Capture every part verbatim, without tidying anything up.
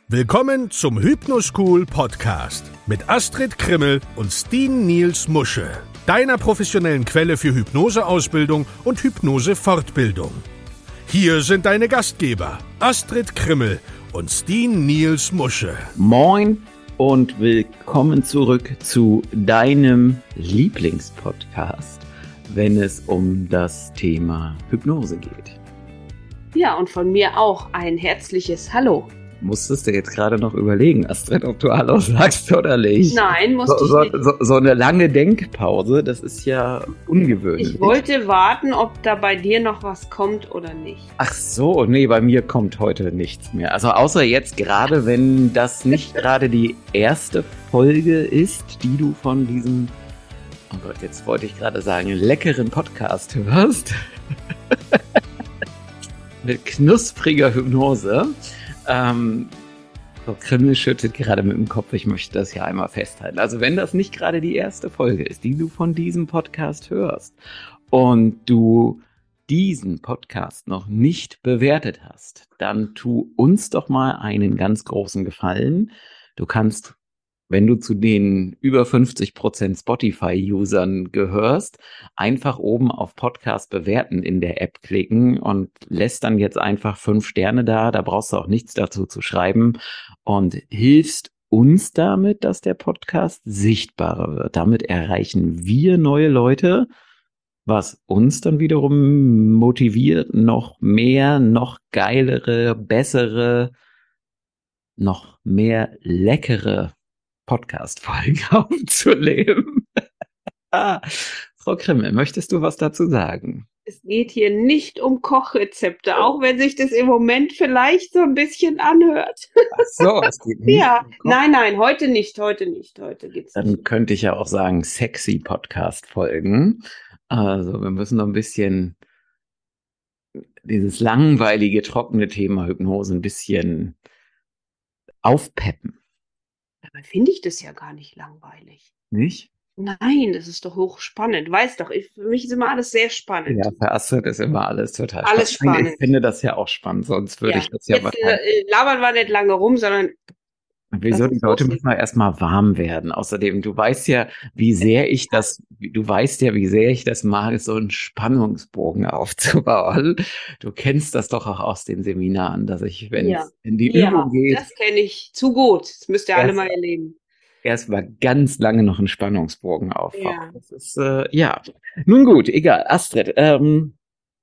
Willkommen zum Hypnoschool Podcast mit Astrid Krimmel und Steen Niels Musche, deiner professionellen Quelle für Hypnoseausbildung und Hypnosefortbildung. Hier sind deine Gastgeber Astrid Krimmel und Steen Niels Musche. Moin und willkommen zurück zu deinem Lieblingspodcast, wenn es um das Thema Hypnose geht. Ja, und von mir auch ein herzliches Hallo. Musstest du jetzt gerade noch überlegen, Astrid, ob du Hallo sagst oder nicht? Nein, musste so, ich so, nicht. So, so eine lange Denkpause, das ist ja ungewöhnlich. Ich wollte warten, ob da bei dir noch was kommt oder nicht. Ach so, nee, bei mir kommt heute nichts mehr. Also außer jetzt gerade, wenn das nicht gerade die erste Folge ist, die du von diesem, oh Gott, jetzt wollte ich gerade sagen, leckeren Podcast hörst. Mit knuspriger Hypnose. Ähm, Frau Krimmel schüttelt gerade mit dem Kopf, ich möchte das hier einmal festhalten. Also wenn das nicht gerade die erste Folge ist, die du von diesem Podcast hörst und du diesen Podcast noch nicht bewertet hast, dann tu uns doch mal einen ganz großen Gefallen. Du kannst, wenn du zu den über fünfzig Prozent Spotify-Usern gehörst, einfach oben auf Podcast bewerten in der App klicken und lässt dann jetzt einfach fünf Sterne da. Da brauchst du auch nichts dazu zu schreiben und hilfst uns damit, dass der Podcast sichtbarer wird. Damit erreichen wir neue Leute, was uns dann wiederum motiviert, noch mehr, noch geilere, bessere, noch mehr leckere Podcast-Folgen aufzunehmen. ah, Frau Krimmel, möchtest du was dazu sagen? Es geht hier nicht um Kochrezepte, auch wenn sich das im Moment vielleicht so ein bisschen anhört. Ach so, es geht nicht. Ja, um nein, nein, heute nicht, heute nicht, heute geht's Dann nicht. könnte ich ja auch sagen, sexy Podcast-Folgen. Also wir müssen noch ein bisschen dieses langweilige, trockene Thema Hypnose ein bisschen aufpeppen. Dabei finde ich das ja gar nicht langweilig. Nicht? Nein, das ist doch hochspannend. Weißt doch, ich, für mich ist immer alles sehr spannend. Ja, für Astrid ist immer alles total Alles spannend. spannend. Ich finde das ja auch spannend, sonst würde Ja, ich das ja jetzt wahrscheinlich... äh, labern wir nicht lange rum, sondern Wieso? lass Die uns Leute loslegen. müssen mal erstmal warm werden. Außerdem, du weißt ja, wie sehr ich das, du weißt ja, wie sehr ich das mag, so einen Spannungsbogen aufzubauen. Du kennst das doch auch aus den Seminaren, dass ich, wenn Ja. es in die Ja, Übung geht, das kenne ich zu gut. Das müsst ihr alle erst, mal erleben. erstmal ganz lange noch einen Spannungsbogen aufbauen. Ja. Das ist, äh, ja. Nun gut, egal. Astrid, ähm,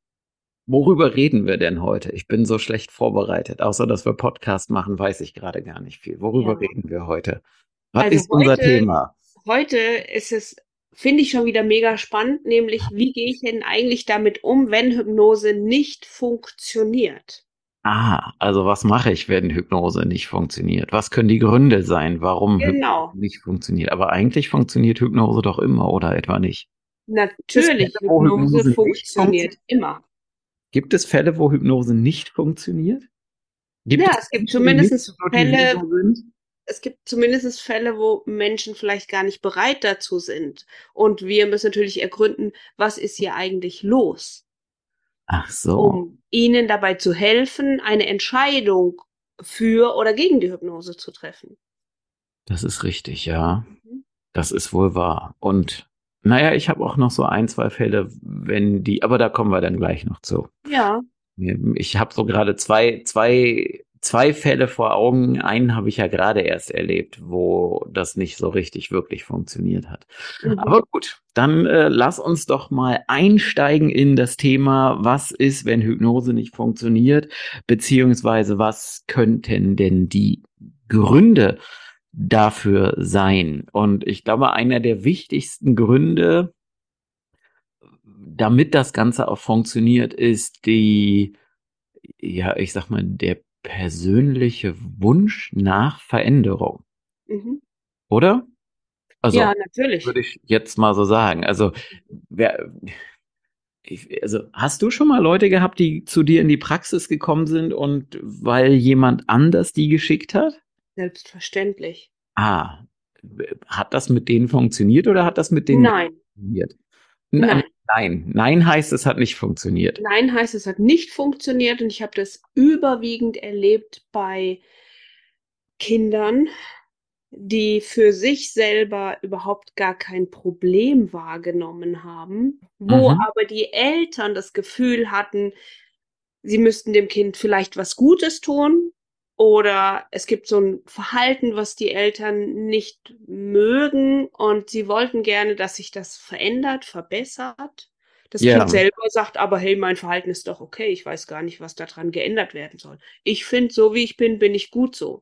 worüber reden wir denn heute? Ich bin so schlecht vorbereitet. Außer, dass wir Podcast machen, weiß ich gerade gar nicht viel. Worüber Ja. reden wir heute? Was Also ist unser heute, Thema? heute ist es, finde ich schon wieder mega spannend, nämlich wie gehe ich denn eigentlich damit um, wenn Hypnose nicht funktioniert? Ah, also was mache ich, wenn Hypnose nicht funktioniert? Was können die Gründe sein, warum Genau. Hypnose nicht funktioniert? Aber eigentlich funktioniert Hypnose doch immer, oder etwa nicht? Natürlich, Fälle, wo Hypnose Hypnose nicht funktioniert funktioniert? immer. Gibt es Fälle, wo Hypnose nicht funktioniert? Gibt Ja, es es gibt Fälle, die nicht zumindest Fälle, hypnotisierbar sind? es gibt zumindest Fälle, wo Menschen vielleicht gar nicht bereit dazu sind. Und wir müssen natürlich ergründen, was ist hier eigentlich los, Ach so, um ihnen dabei zu helfen, eine Entscheidung für oder gegen die Hypnose zu treffen. das ist richtig, ja. Mhm. Das ist wohl wahr. Und naja, ich habe auch noch so ein, zwei Fälle, wenn die, aber da kommen wir dann gleich noch zu. Ja, Ich habe so gerade zwei, zwei, zwei Fälle vor Augen. Einen habe ich ja gerade erst erlebt, wo das nicht so richtig wirklich funktioniert hat. mhm. Aber gut, dann äh, lass uns doch mal einsteigen in das Thema, was ist, wenn Hypnose nicht funktioniert, beziehungsweise was könnten denn die Gründe dafür sein? Und ich glaube, einer der wichtigsten Gründe, damit das Ganze auch funktioniert, ist die, ja, ich sag mal, der persönliche Wunsch nach Veränderung, Mhm. oder? Also, Ja, natürlich. würde ich jetzt mal so sagen. Also, wer, ich, also, hast du schon mal Leute gehabt, die zu dir in die Praxis gekommen sind und weil jemand anders die geschickt hat? Selbstverständlich. Ah, hat das mit denen funktioniert oder hat das mit denen nicht Nein, funktioniert? nein. Nein, nein heißt, es hat nicht funktioniert. Nein heißt, es hat nicht funktioniert und ich habe das überwiegend erlebt bei Kindern, die für sich selber überhaupt gar kein Problem wahrgenommen haben, wo Mhm. aber die Eltern das Gefühl hatten, sie müssten dem Kind vielleicht was Gutes tun oder es gibt so ein Verhalten, was die Eltern nicht mögen und sie wollten gerne, dass sich das verändert, verbessert. Das Kind Ja. selber sagt aber, hey, mein Verhalten ist doch okay, ich weiß gar nicht, was daran geändert werden soll. Ich finde, so wie ich bin, bin ich gut so.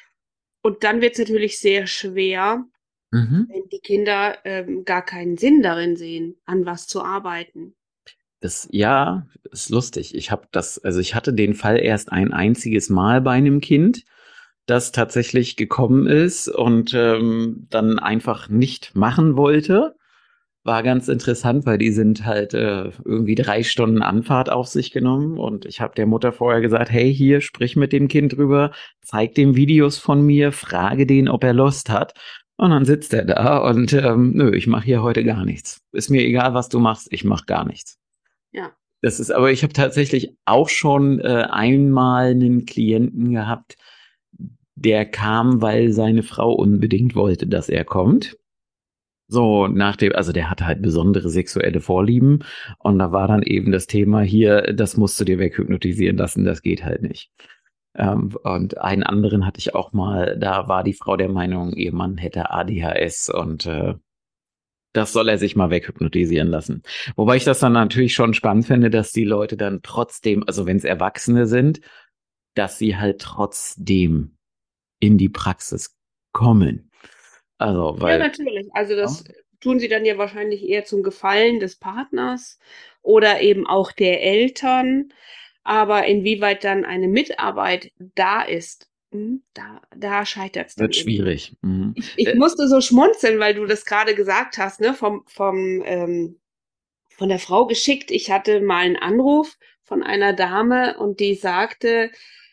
Und dann wird es natürlich sehr schwer, Mhm. wenn die Kinder ähm, gar keinen Sinn darin sehen, an was zu arbeiten. Das, ja, ist lustig. Ich habe das, also ich hatte den Fall erst ein einziges Mal bei einem Kind, das tatsächlich gekommen ist und ähm, dann einfach nicht machen wollte. War ganz interessant, weil die sind halt äh, irgendwie drei Stunden Anfahrt auf sich genommen und ich habe der Mutter vorher gesagt, hey, hier, sprich mit dem Kind drüber, zeig dem Videos von mir, frage den, ob er Lust hat. Und dann sitzt er da und ähm, nö, ich mache hier heute gar nichts. Ist mir egal, was du machst, ich mache gar nichts. Ja. Das ist, aber ich habe tatsächlich auch schon äh, einmal einen Klienten gehabt, der kam, weil seine Frau unbedingt wollte, dass er kommt. So, nach dem, also der hatte halt besondere sexuelle Vorlieben und da war dann eben das Thema hier, das musst du dir weghypnotisieren lassen, das geht halt nicht. Ähm, und einen anderen hatte ich auch mal, da war die Frau der Meinung, ihr Mann hätte A D H S und äh, das soll er sich mal weghypnotisieren lassen. Wobei ich das dann natürlich schon spannend finde, dass die Leute dann trotzdem, also wenn es Erwachsene sind, dass sie halt trotzdem in die Praxis kommen. Also, Ja, weil, natürlich. Also ja, das tun sie dann ja wahrscheinlich eher zum Gefallen des Partners oder eben auch der Eltern. Aber inwieweit dann eine Mitarbeit da ist, hm, da, da scheitert es dann wird eben. schwierig. Mhm. Ich, ich Äh, musste so schmunzeln, weil du das gerade gesagt hast, ne, vom, vom, ähm, von der Frau geschickt. Ich hatte mal einen Anruf von einer Dame und die sagte,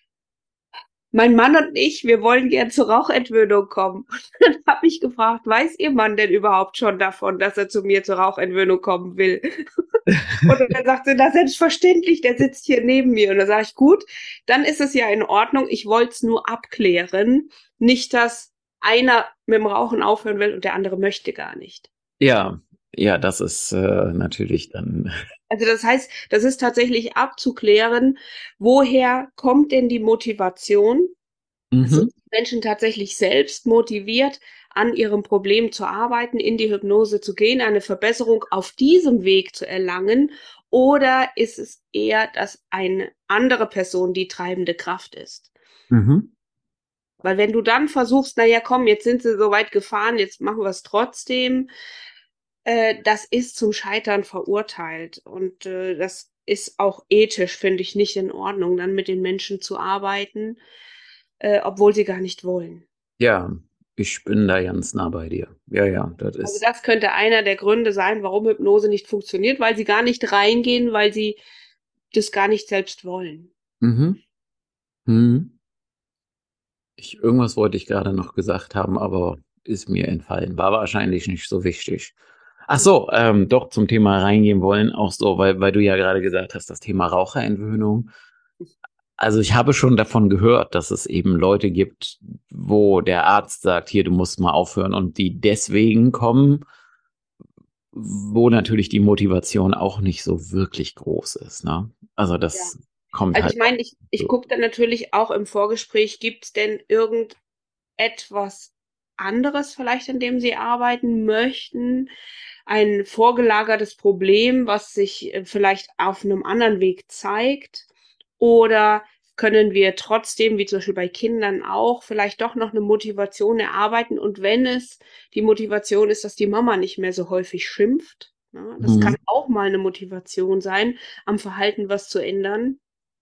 mein Mann und ich, wir wollen gern zur Rauchentwöhnung kommen. Und dann habe ich gefragt, weiß Ihr Mann denn überhaupt schon davon, dass er zu mir zur Rauchentwöhnung kommen will? Und dann sagt sie, na selbstverständlich, der sitzt hier neben mir. Und dann sage ich, gut, dann ist es ja in Ordnung. Ich wollte es nur abklären. Nicht, dass einer mit dem Rauchen aufhören will und der andere möchte gar nicht. ja, ja, das ist äh, natürlich dann. Also das heißt, das ist tatsächlich abzuklären, woher kommt denn die Motivation? Mhm. Sind die Menschen tatsächlich selbst motiviert, an ihrem Problem zu arbeiten, in die Hypnose zu gehen, eine Verbesserung auf diesem Weg zu erlangen? Oder ist es eher, dass eine andere Person die treibende Kraft ist? Mhm. Weil wenn du dann versuchst, naja, komm, jetzt sind sie so weit gefahren, jetzt machen wir es trotzdem, äh, das ist zum Scheitern verurteilt. Und äh, das ist auch ethisch, finde ich, nicht in Ordnung, dann mit den Menschen zu arbeiten, äh, obwohl sie gar nicht wollen. Ja, ich bin da ganz nah bei dir. Ja, ja, das Also ist. das könnte einer der Gründe sein, warum Hypnose nicht funktioniert, weil sie gar nicht reingehen, weil sie das gar nicht selbst wollen. Mhm. Mhm. Ich, irgendwas wollte ich gerade noch gesagt haben, aber ist mir entfallen. War wahrscheinlich nicht so wichtig. Ach so, ähm, doch zum Thema reingehen wollen, auch so, weil, weil du ja gerade gesagt hast, das Thema Raucherentwöhnung. Also ich habe schon davon gehört, dass es eben Leute gibt, wo der Arzt sagt, hier, du musst mal aufhören und die deswegen kommen, wo natürlich die Motivation auch nicht so wirklich groß ist, ne? Also Ja. das kommt Also halt ich auch meine, ich, ich so. gucke dann natürlich auch im Vorgespräch, gibt es denn irgendetwas anderes vielleicht, an dem Sie arbeiten möchten? Ein vorgelagertes Problem, was sich äh, vielleicht auf einem anderen Weg zeigt? Oder können wir trotzdem, wie zum Beispiel bei Kindern auch, vielleicht doch noch eine Motivation erarbeiten? Und wenn es die Motivation ist, dass die Mama nicht mehr so häufig schimpft, ne, das kann Mhm. auch mal eine Motivation sein, am Verhalten was zu ändern.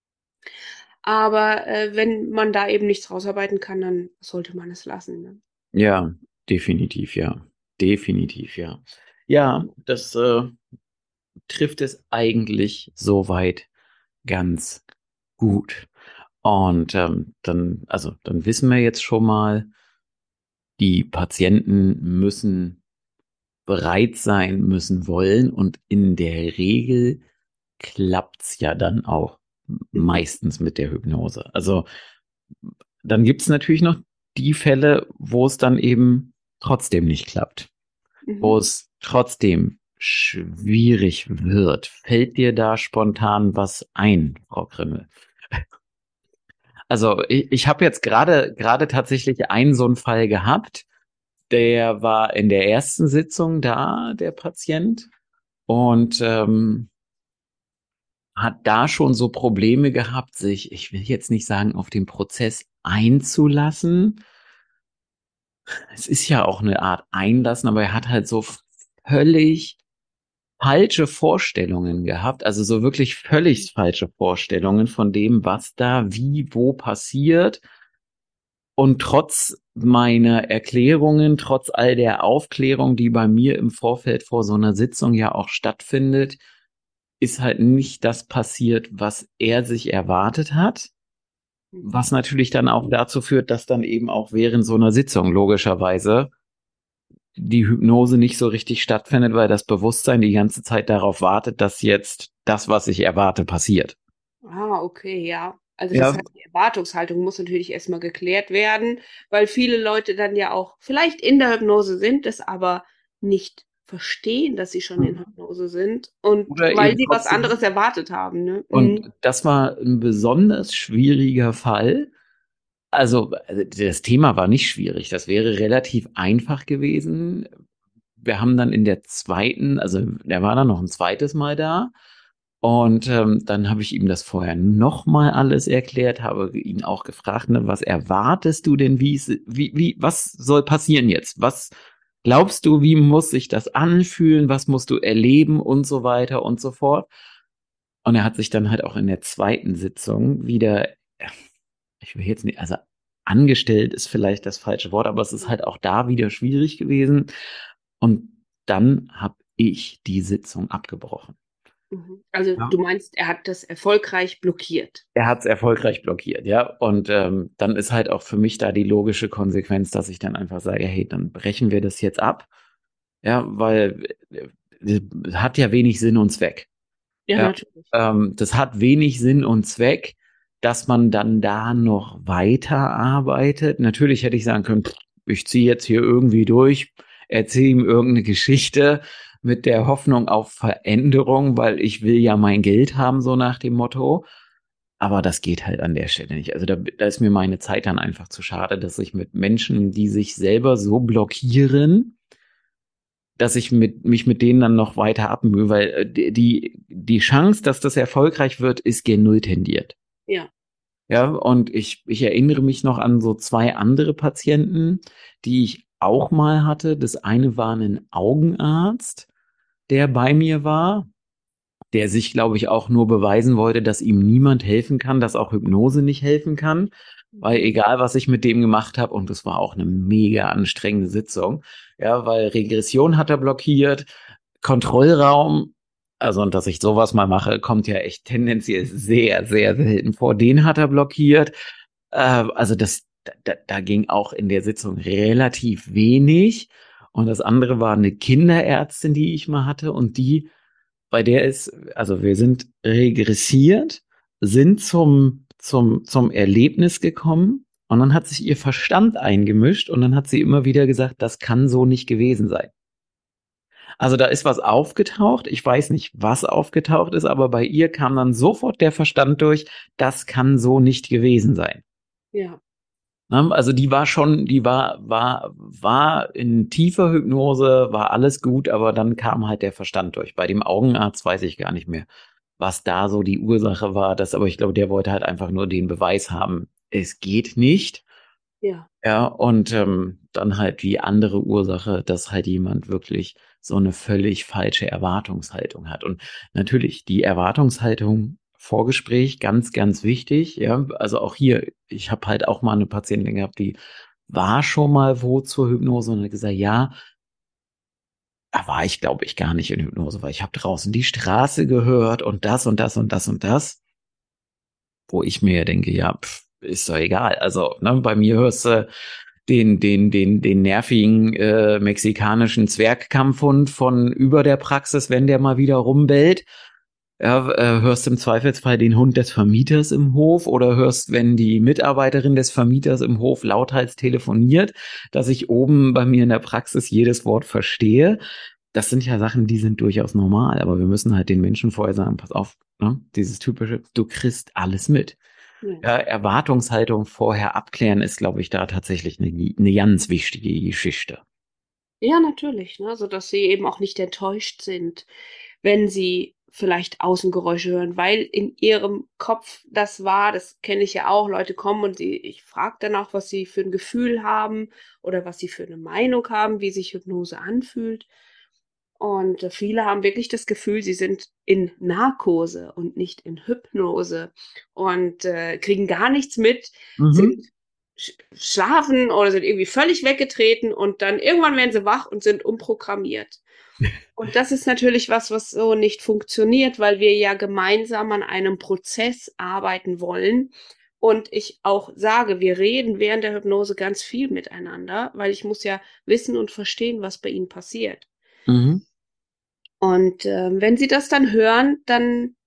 Aber äh, wenn man da eben nichts rausarbeiten kann, dann sollte man es lassen. Ne? Ja, definitiv, ja. Definitiv, ja. Ja, das äh, trifft es eigentlich soweit ganz gut. Und ähm, dann, also dann wissen wir jetzt schon mal, die Patienten müssen bereit sein, müssen wollen und in der Regel klappt's ja dann auch Mhm. meistens mit der Hypnose. Also dann gibt's natürlich noch die Fälle, wo es dann eben trotzdem nicht klappt, Mhm. wo es trotzdem schwierig wird. Fällt dir da spontan was ein, Frau Krimmel? Also ich, ich habe jetzt gerade gerade tatsächlich einen so einen Fall gehabt, der war in der ersten Sitzung da, der Patient, und ähm, hat da schon so Probleme gehabt, sich, ich will jetzt nicht sagen, auf den Prozess einzulassen. Es ist ja auch eine Art Einlassen, aber er hat halt so völlig falsche Vorstellungen gehabt, also so wirklich völlig falsche Vorstellungen von dem, was da wie wo passiert. Und trotz meiner Erklärungen, trotz all der Aufklärung, die bei mir im Vorfeld vor so einer Sitzung ja auch stattfindet, ist halt nicht das passiert, was er sich erwartet hat. Was natürlich dann auch dazu führt, dass dann eben auch während so einer Sitzung logischerweise die Hypnose nicht so richtig stattfindet, weil das Bewusstsein die ganze Zeit darauf wartet, dass jetzt das, was ich erwarte, passiert. Ah, okay, ja. Also das Ja, heißt, die Erwartungshaltung muss natürlich erstmal geklärt werden, weil viele Leute dann ja auch vielleicht in der Hypnose sind, das aber nicht verstehen, dass sie schon in Hypnose sind und oder weil eben sie was trotzdem. anderes erwartet haben, ne? Mhm. Und das war ein besonders schwieriger Fall. Also, also das Thema war nicht schwierig. Das wäre relativ einfach gewesen. Wir haben dann in der zweiten, also der war dann noch ein zweites Mal da. Und ähm, dann habe ich ihm das vorher nochmal alles erklärt, habe ihn auch gefragt, ne, was erwartest du denn, wie, wie, wie, was soll passieren jetzt? Was glaubst du, wie muss sich das anfühlen? Was musst du erleben und so weiter und so fort? Und er hat sich dann halt auch in der zweiten Sitzung wieder, ich will jetzt nicht, also angestellt ist vielleicht das falsche Wort, aber es ist halt auch da wieder schwierig gewesen. Und dann habe ich die Sitzung abgebrochen. Mhm. Also Ja. du meinst, er hat das erfolgreich blockiert. Er hat es erfolgreich blockiert, ja. Und ähm, dann ist halt auch für mich da die logische Konsequenz, dass ich dann einfach sage, hey, dann brechen wir das jetzt ab. Ja, weil äh, hat ja wenig Sinn und Zweck. Ja, Ja, natürlich. ähm, das hat wenig Sinn und Zweck, dass man dann da noch weiterarbeitet. Natürlich hätte ich sagen können, pff, ich ziehe jetzt hier irgendwie durch, erzähle ihm irgendeine Geschichte mit der Hoffnung auf Veränderung, weil ich will ja mein Geld haben, so nach dem Motto. Aber das geht halt an der Stelle nicht. Also da, da ist mir meine Zeit dann einfach zu schade, dass ich mit Menschen, die sich selber so blockieren, dass ich mit, mich mit denen dann noch weiter abmühe, weil äh, die, die Chance, dass das erfolgreich wird, ist gen Null tendiert. Ja. Ja, und ich, ich erinnere mich noch an so zwei andere Patienten, die ich auch mal hatte. Das eine war ein Augenarzt, der bei mir war, der sich, glaube ich, auch nur beweisen wollte, dass ihm niemand helfen kann, dass auch Hypnose nicht helfen kann, weil egal, was ich mit dem gemacht habe, und das war auch eine mega anstrengende Sitzung, ja, weil Regression hat er blockiert, Kontrollraum, also und dass ich sowas mal mache, kommt ja echt tendenziell sehr, sehr selten vor, den hat er blockiert, äh, also das, da, da ging auch in der Sitzung relativ wenig, und das andere war eine Kinderärztin, die ich mal hatte, und die bei der ist, also wir sind regressiert, sind zum, zum, zum Erlebnis gekommen, und dann hat sich ihr Verstand eingemischt, und dann hat sie immer wieder gesagt, das kann so nicht gewesen sein. Also da ist was aufgetaucht, ich weiß nicht, was aufgetaucht ist, aber bei ihr kam dann sofort der Verstand durch, das kann so nicht gewesen sein. Ja. Also die war schon, die war, war, war in tiefer Hypnose, war alles gut, aber dann kam halt der Verstand durch. Bei dem Augenarzt weiß ich gar nicht mehr, was da so die Ursache war. Das, aber ich glaube, der wollte halt einfach nur den Beweis haben, es geht nicht. Ja. Ja, und ähm, dann halt die andere Ursache, dass halt jemand wirklich so eine völlig falsche Erwartungshaltung hat. Und natürlich, die Erwartungshaltung, Vorgespräch, ganz, ganz wichtig. Ja, also auch hier, ich habe halt auch mal eine Patientin gehabt, die war schon mal wo zur Hypnose und hat gesagt, ja, da war ich, glaube ich, gar nicht in Hypnose, weil ich habe draußen die Straße gehört und das und das und das und das, wo ich mir denke, ja, pff, ist doch egal. Also ne, bei mir hörst du den, den, den, den nervigen äh, mexikanischen Zwergkampfhund von über der Praxis, wenn der mal wieder rumbellt. Ja, äh, hörst im Zweifelsfall den Hund des Vermieters im Hof oder hörst, wenn die Mitarbeiterin des Vermieters im Hof lauthals telefoniert, dass ich oben bei mir in der Praxis jedes Wort verstehe. Das sind ja Sachen, die sind durchaus normal, aber wir müssen halt den Menschen vorher sagen, pass auf, ne? Dieses typische, du kriegst alles mit. Ja. Ja, Erwartungshaltung vorher abklären ist, glaube ich, da tatsächlich eine, eine ganz wichtige Geschichte. Ja, natürlich, ne? So dass sie eben auch nicht enttäuscht sind, wenn sie vielleicht Außengeräusche hören, weil in ihrem Kopf das war, das kenne ich ja auch, Leute kommen und sie, ich frage dann auch, was sie für ein Gefühl haben oder was sie für eine Meinung haben, wie sich Hypnose anfühlt. Und äh, viele haben wirklich das Gefühl, sie sind in Narkose und nicht in Hypnose und äh, kriegen gar nichts mit, sind Mhm. sch- schlafen oder sind irgendwie völlig weggetreten und dann irgendwann werden sie wach und sind umprogrammiert. Und das ist natürlich was, was so nicht funktioniert, weil wir ja gemeinsam an einem Prozess arbeiten wollen. Und ich auch sage, wir reden während der Hypnose ganz viel miteinander, weil ich muss ja wissen und verstehen, was bei ihnen passiert. Mhm. Und äh, wenn sie das dann hören, dann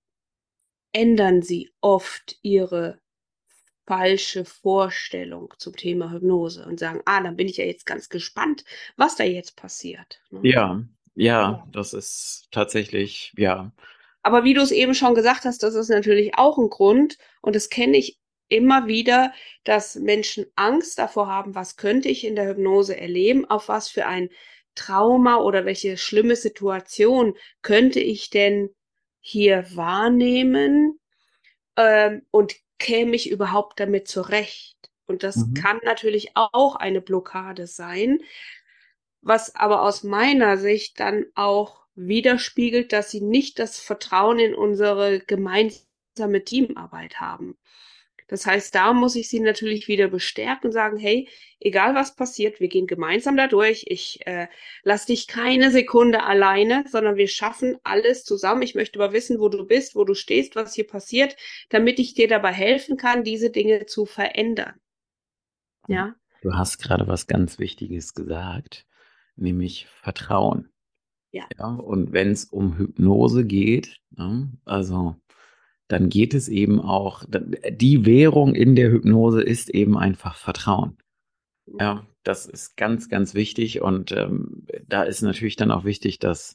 ändern sie oft ihre falsche Vorstellung zum Thema Hypnose und sagen, ah, dann bin ich ja jetzt ganz gespannt, was da jetzt passiert. Ne? Ja, ja, Ja. das ist tatsächlich, ja. Aber wie du es eben schon gesagt hast, das ist natürlich auch ein Grund und das kenne ich immer wieder, dass Menschen Angst davor haben, was könnte ich in der Hypnose erleben, auf was für ein Trauma oder welche schlimme Situation könnte ich denn hier wahrnehmen, ähm, und käme ich überhaupt damit zurecht? Und das Mhm. kann natürlich auch eine Blockade sein, was aber aus meiner Sicht dann auch widerspiegelt, dass sie nicht das Vertrauen in unsere gemeinsame Teamarbeit haben. Das heißt, da muss ich sie natürlich wieder bestärken und sagen, hey, egal was passiert, wir gehen gemeinsam da durch. Ich äh, lass dich keine Sekunde alleine, sondern wir schaffen alles zusammen. Ich möchte aber wissen, wo du bist, wo du stehst, was hier passiert, damit ich dir dabei helfen kann, diese Dinge zu verändern. Ja, Du hast gerade was ganz Wichtiges gesagt, nämlich Vertrauen. ja, Ja, und wenn es um Hypnose geht, ne, also dann geht es eben auch, die Währung in der Hypnose ist eben einfach Vertrauen. Ja, das ist ganz, ganz wichtig und ähm, da ist natürlich dann auch wichtig, dass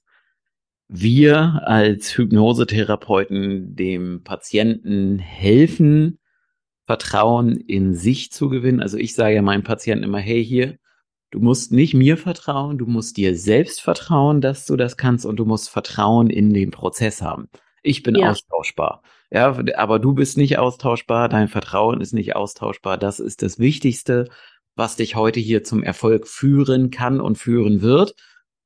wir als Hypnosetherapeuten dem Patienten helfen, Vertrauen in sich zu gewinnen. Also ich sage ja meinen Patienten immer, hey hier, du musst nicht mir vertrauen, du musst dir selbst vertrauen, dass du das kannst und du musst Vertrauen in den Prozess haben. Ich bin ja. austauschbar. Ja, aber du bist nicht austauschbar, dein Vertrauen ist nicht austauschbar. Das ist das Wichtigste, was dich heute hier zum Erfolg führen kann und führen wird.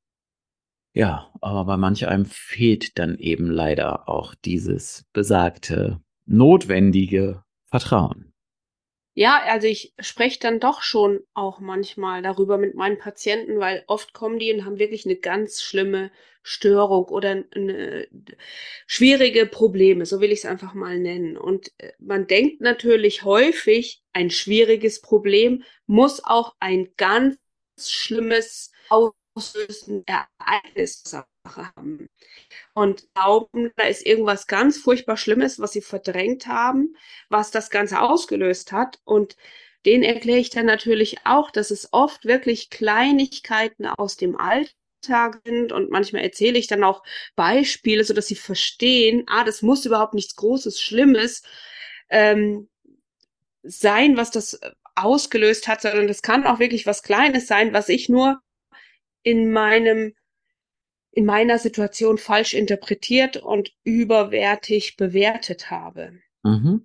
Ja, aber bei manch einem fehlt dann eben leider auch dieses besagte, notwendige Vertrauen. Ja, also ich spreche dann doch schon auch manchmal darüber mit meinen Patienten, weil oft kommen die und haben wirklich eine ganz schlimme Störung oder eine schwierige Probleme, so will ich es einfach mal nennen. Und äh, man denkt natürlich häufig, ein schwieriges Problem muss auch ein ganz schlimmes auslösendes Ereignis zur Sache haben und glauben, da ist irgendwas ganz furchtbar Schlimmes, was sie verdrängt haben, was das Ganze ausgelöst hat. Und denen erkläre ich dann natürlich auch, dass es oft wirklich Kleinigkeiten aus dem Alltag sind und manchmal erzähle ich dann auch Beispiele, sodass sie verstehen, ah, das muss überhaupt nichts Großes, Schlimmes ähm, sein, was das ausgelöst hat, sondern das kann auch wirklich was Kleines sein, was ich nur in meinem in meiner Situation falsch interpretiert und überwertig bewertet habe. Mhm.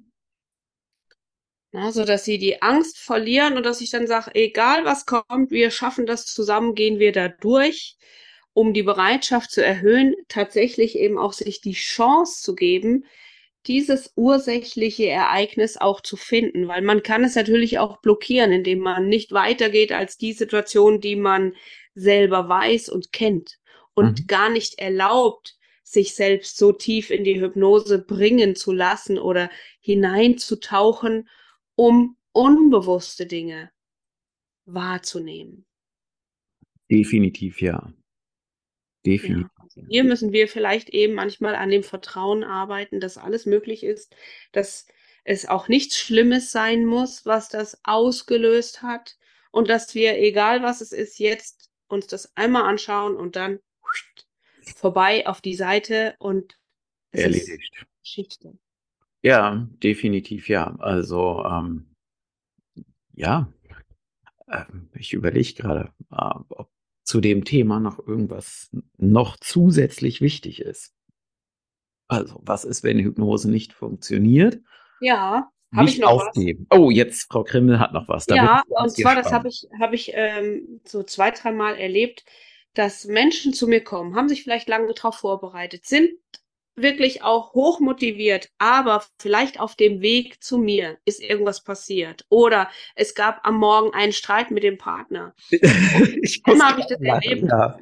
Na, so dass sie die Angst verlieren und dass ich dann sage, egal was kommt, wir schaffen das zusammen, gehen wir da durch, um die Bereitschaft zu erhöhen, tatsächlich eben auch sich die Chance zu geben, dieses ursächliche Ereignis auch zu finden, weil man kann es natürlich auch blockieren, indem man nicht weitergeht als die Situation, die man selber weiß und kennt und Mhm. gar nicht erlaubt, sich selbst so tief in die Hypnose bringen zu lassen oder hineinzutauchen, um unbewusste Dinge wahrzunehmen. Definitiv ja. definitiv. Ja. Hier müssen wir vielleicht eben manchmal an dem Vertrauen arbeiten, dass alles möglich ist, dass es auch nichts Schlimmes sein muss, was das ausgelöst hat und dass wir, egal was es ist, jetzt uns das einmal anschauen und dann vorbei auf die Seite und es Erledigt. ist Geschichte. Ja, definitiv ja. Also ähm, ja, ähm, ich überlege gerade, äh, ob zu dem Thema noch irgendwas noch zusätzlich wichtig ist. Also, was ist, wenn Hypnose nicht funktioniert? Ja, habe ich Nicht noch was. aufgeben. Oh, jetzt, Frau Krimmel hat noch was. Da bin Ja, ich ganz und zwar, das habe gespannt. ich, habe ich ähm, so zwei, dreimal erlebt, dass Menschen zu mir kommen, haben sich vielleicht lange darauf vorbereitet, sind wirklich auch hoch motiviert, aber vielleicht auf dem Weg zu mir ist irgendwas passiert. Oder es gab am Morgen einen Streit mit dem Partner. Ich muss Einmal habe ich das gerade lachen, erlebt, ja.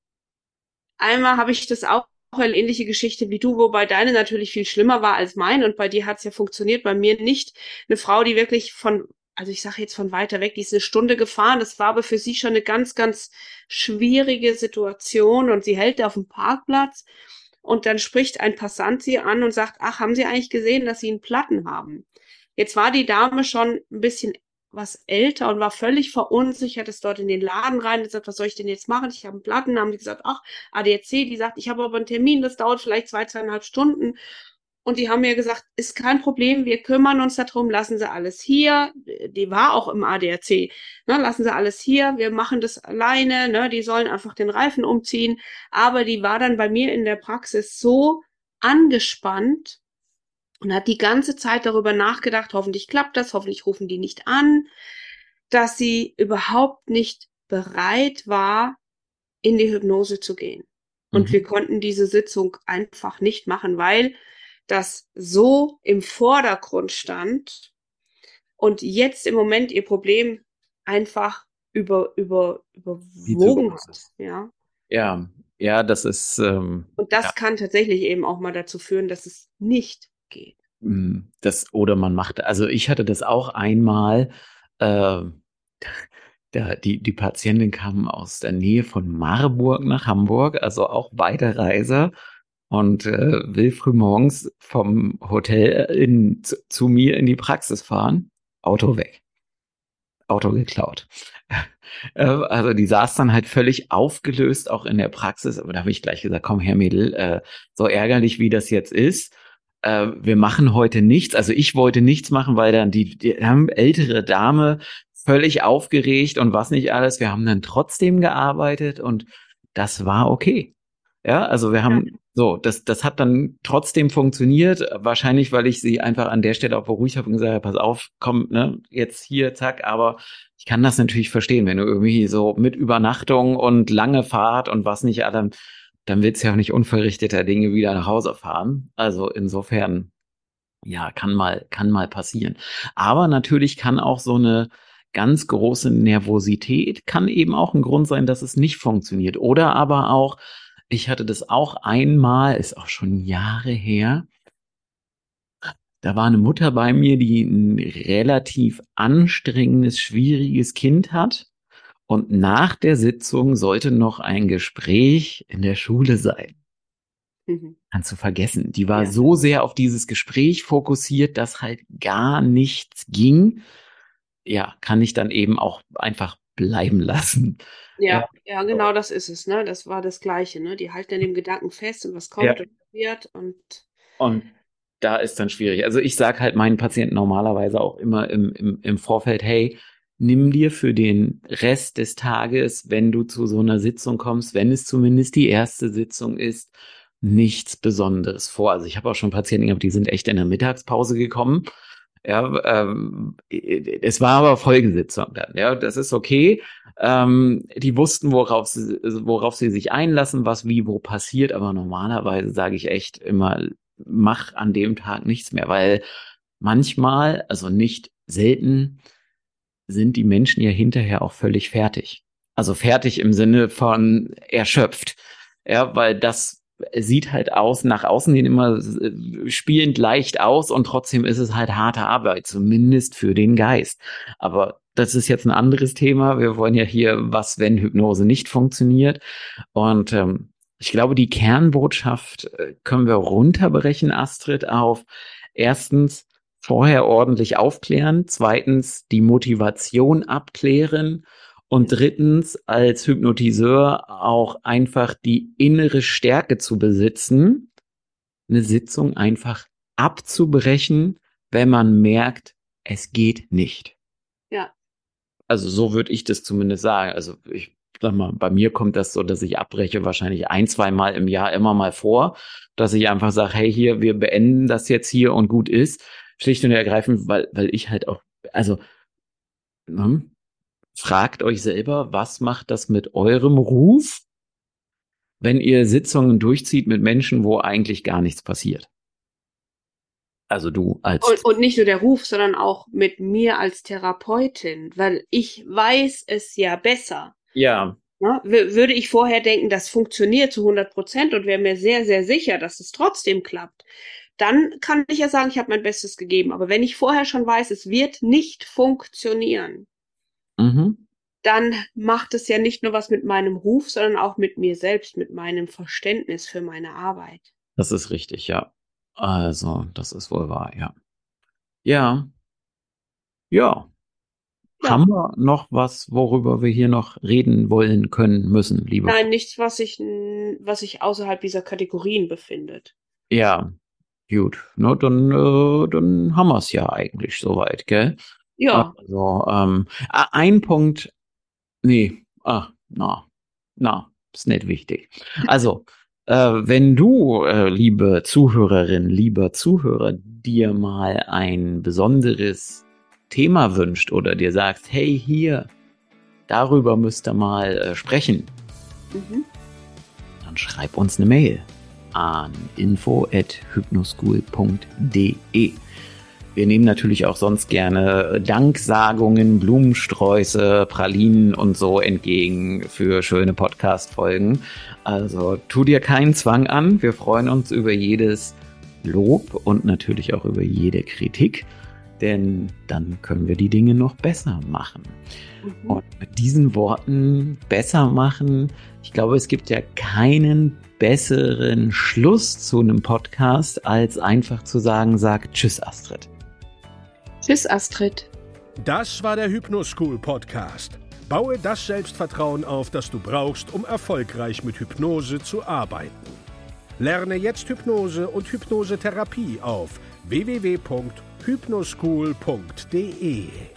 einmal habe ich das auch eine ähnliche Geschichte wie du, wobei deine natürlich viel schlimmer war als meine und bei dir hat es ja funktioniert, bei mir nicht. Eine Frau, die wirklich von, also ich sage jetzt von weiter weg, die ist eine Stunde gefahren, das war aber für sie schon eine ganz, ganz schwierige Situation und sie hält da auf dem Parkplatz und dann spricht ein Passant sie an und sagt, ach, haben Sie eigentlich gesehen, dass Sie einen Platten haben? Jetzt war die Dame schon ein bisschen was älter und war völlig verunsichert, ist dort in den Laden rein und gesagt, was soll ich denn jetzt machen? Ich habe einen Platten. Dann haben die gesagt, ach, A D A C, die sagt, ich habe aber einen Termin, das dauert vielleicht zwei, zweieinhalb Stunden. Und die haben mir gesagt, ist kein Problem, wir kümmern uns darum, lassen Sie alles hier. Die war auch im A D A C. Ne, lassen Sie alles hier, wir machen das alleine, ne, die sollen einfach den Reifen umziehen. Aber die war dann bei mir in der Praxis so angespannt und hat die ganze Zeit darüber nachgedacht, hoffentlich klappt das, hoffentlich rufen die nicht an, dass sie überhaupt nicht bereit war, in die Hypnose zu gehen. Und Mhm. wir konnten diese Sitzung einfach nicht machen, weil das so im Vordergrund stand und jetzt im Moment ihr Problem einfach über, über, Viel zu überwogen groß hat. ist. Ja. Ja, ja, das ist, ähm, Und ja, das kann tatsächlich eben auch mal dazu führen, dass es nicht geht. mh, das, oder man macht, also ich hatte das auch einmal, äh, da, die, die Patientin kam aus der Nähe von Marburg nach Hamburg, also auch Weiterreise und äh, will frühmorgens vom Hotel in, zu, zu mir in die Praxis fahren. Auto weg. Auto geklaut. Äh, Also die saß dann halt völlig aufgelöst auch in der Praxis, aber da habe ich gleich gesagt, komm Herr Mädel, äh, so ärgerlich wie das jetzt ist, äh, wir machen heute nichts. Also ich wollte nichts machen, weil dann die, die haben ältere Dame völlig aufgeregt und was nicht alles. Wir haben dann trotzdem gearbeitet und das war okay. Ja, also wir Ja. haben so, das, das hat dann trotzdem funktioniert. Wahrscheinlich, weil ich sie einfach an der Stelle auch beruhigt habe und gesagt habe, pass auf, komm, ne, jetzt hier, zack, aber ich kann das natürlich verstehen, wenn du irgendwie so mit Übernachtung und lange Fahrt und was nicht, dann, dann willst du ja auch nicht unverrichteter Dinge wieder nach Hause fahren. Also insofern, ja, kann mal, kann mal passieren. Aber natürlich kann auch so eine ganz große Nervosität kann eben auch ein Grund sein, dass es nicht funktioniert. Oder aber auch, ich hatte das auch einmal, ist auch schon Jahre her. Da war eine Mutter bei mir, die ein relativ anstrengendes, schwieriges Kind hat. Und nach der Sitzung sollte noch ein Gespräch in der Schule sein. Mhm. Kannst du vergessen. Die war Ja. so sehr auf dieses Gespräch fokussiert, dass halt gar nichts ging. Ja, kann ich dann eben auch einfach bleiben lassen. Ja, Ja, ja, genau das ist es, ne? Das war das Gleiche, ne? Die halten an dem Gedanken fest und was ja. kommt und wird und Und da ist dann schwierig. Also ich sage halt meinen Patienten normalerweise auch immer im, im, im Vorfeld, hey, nimm dir für den Rest des Tages, wenn du zu so einer Sitzung kommst, wenn es zumindest die erste Sitzung ist, nichts Besonderes vor. Also ich habe auch schon Patienten gehabt, die sind echt in der Mittagspause gekommen. Ja, ähm, es war aber Folgesitzung dann. Ja, das ist okay. Ähm, die wussten, worauf sie, worauf sie sich einlassen, was wie wo passiert. Aber normalerweise sage ich echt immer, mach an dem Tag nichts mehr, weil manchmal, also nicht selten, sind die Menschen ja hinterher auch völlig fertig. Also fertig im Sinne von erschöpft. Ja, weil das sieht halt aus, nach außen hin immer äh, spielend leicht aus und trotzdem ist es halt harte Arbeit, zumindest für den Geist. Aber das ist jetzt ein anderes Thema. Wir wollen ja hier, was, wenn Hypnose nicht funktioniert. Und ähm, Ich glaube, die Kernbotschaft können wir runterbrechen, Astrid, auf erstens vorher ordentlich aufklären, zweitens die Motivation abklären und drittens als Hypnotiseur auch einfach die innere Stärke zu besitzen, eine Sitzung einfach abzubrechen, wenn man merkt, es geht nicht. Ja. Also so würde ich das zumindest sagen. Also ich sag mal, bei mir kommt das so, dass ich abbreche wahrscheinlich ein, zwei Mal im Jahr immer mal vor, dass ich einfach sage, hey, hier, wir beenden das jetzt hier und gut ist. Schlicht und ergreifend, weil, weil ich halt auch, also hm, fragt euch selber, was macht das mit eurem Ruf, wenn ihr Sitzungen durchzieht mit Menschen, wo eigentlich gar nichts passiert? Also du als... Und, und nicht nur der Ruf, sondern auch mit mir als Therapeutin, weil ich weiß es ja besser. Ja. Ne? W- würde ich vorher denken, das funktioniert zu hundert Prozent und wäre mir sehr, sehr sicher, dass es trotzdem klappt, dann kann ich ja sagen, ich habe mein Bestes gegeben. Aber wenn ich vorher schon weiß, es wird nicht funktionieren, Mhm. dann macht es ja nicht nur was mit meinem Ruf, sondern auch mit mir selbst, mit meinem Verständnis für meine Arbeit. Das ist richtig, ja. Also, das ist wohl wahr, ja. Ja. Ja. Ja. Haben wir noch was, worüber wir hier noch reden wollen, können, müssen, liebe? Nein, nichts, was sich, was sich außerhalb dieser Kategorien befindet. Ja, gut. Ne, dann, äh, dann haben wir es ja eigentlich soweit, gell? Ja. Also, ähm, ah, ein Punkt, nee, ah, na, na, ist nicht wichtig. Also, äh, wenn du, äh, liebe Zuhörerin, lieber Zuhörer, dir mal ein besonderes Thema wünscht oder dir sagst, hey, hier, darüber müsst ihr mal äh, sprechen, Mhm. dann schreib uns eine Mail an info at hypnoschool punkt de. Wir nehmen natürlich auch sonst gerne Danksagungen, Blumensträuße, Pralinen und so entgegen für schöne Podcast-Folgen. Also tu dir keinen Zwang an. Wir freuen uns über jedes Lob und natürlich auch über jede Kritik, denn dann können wir die Dinge noch besser machen. Mhm. Und mit diesen Worten besser machen, ich glaube, es gibt ja keinen besseren Schluss zu einem Podcast, als einfach zu sagen, sag Tschüss, Astrid. Tschüss, Astrid. Das war der Hypnoschool Podcast. Baue das Selbstvertrauen auf, das du brauchst, um erfolgreich mit Hypnose zu arbeiten. Lerne jetzt Hypnose und Hypnosetherapie auf w w w punkt hypnoschool punkt de.